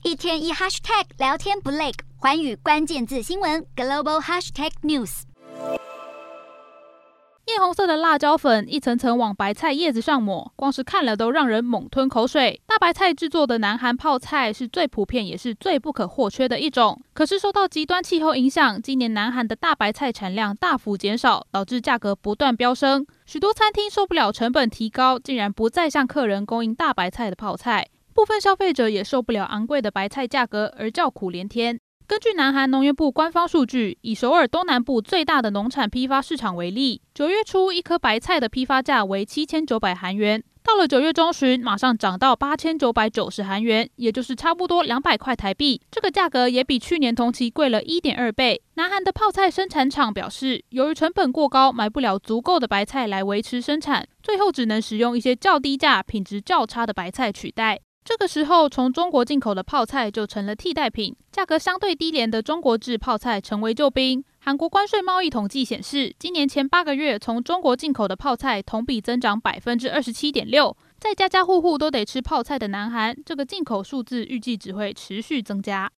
一天一 hashtag 聊天不累，寰宇关键字新闻 global hashtag news。 艳红色的辣椒粉一层层往白菜叶子上抹，光是看了都让人猛吞口水。大白菜制作的南韩泡菜是最普遍也是最不可或缺的一种。可是受到极端气候影响，今年南韩的大白菜产量大幅减少，导致价格不断飙升。许多餐厅受不了成本提高，竟然不再向客人供应大白菜的泡菜。部分消费者也受不了昂贵的白菜价格而叫苦连天。根据南韩农业部官方数据，以首尔东南部最大的农产批发市场为例，9月初一颗白菜的批发价为7900韩元，到了9月中旬，马上涨到8990韩元，也就是差不多200块台币。这个价格也比去年同期贵了1.2倍。南韩的泡菜生产厂表示，由于成本过高，买不了足够的白菜来维持生产，最后只能使用一些较低价、品质较差的白菜取代。这个时候，从中国进口的泡菜就成了替代品，价格相对低廉的中国制泡菜成为救兵。韩国关税贸易统计显示，今年前8个月从中国进口的泡菜同比增长27.6%。在家家户户都得吃泡菜的南韩，这个进口数字预计只会持续增加。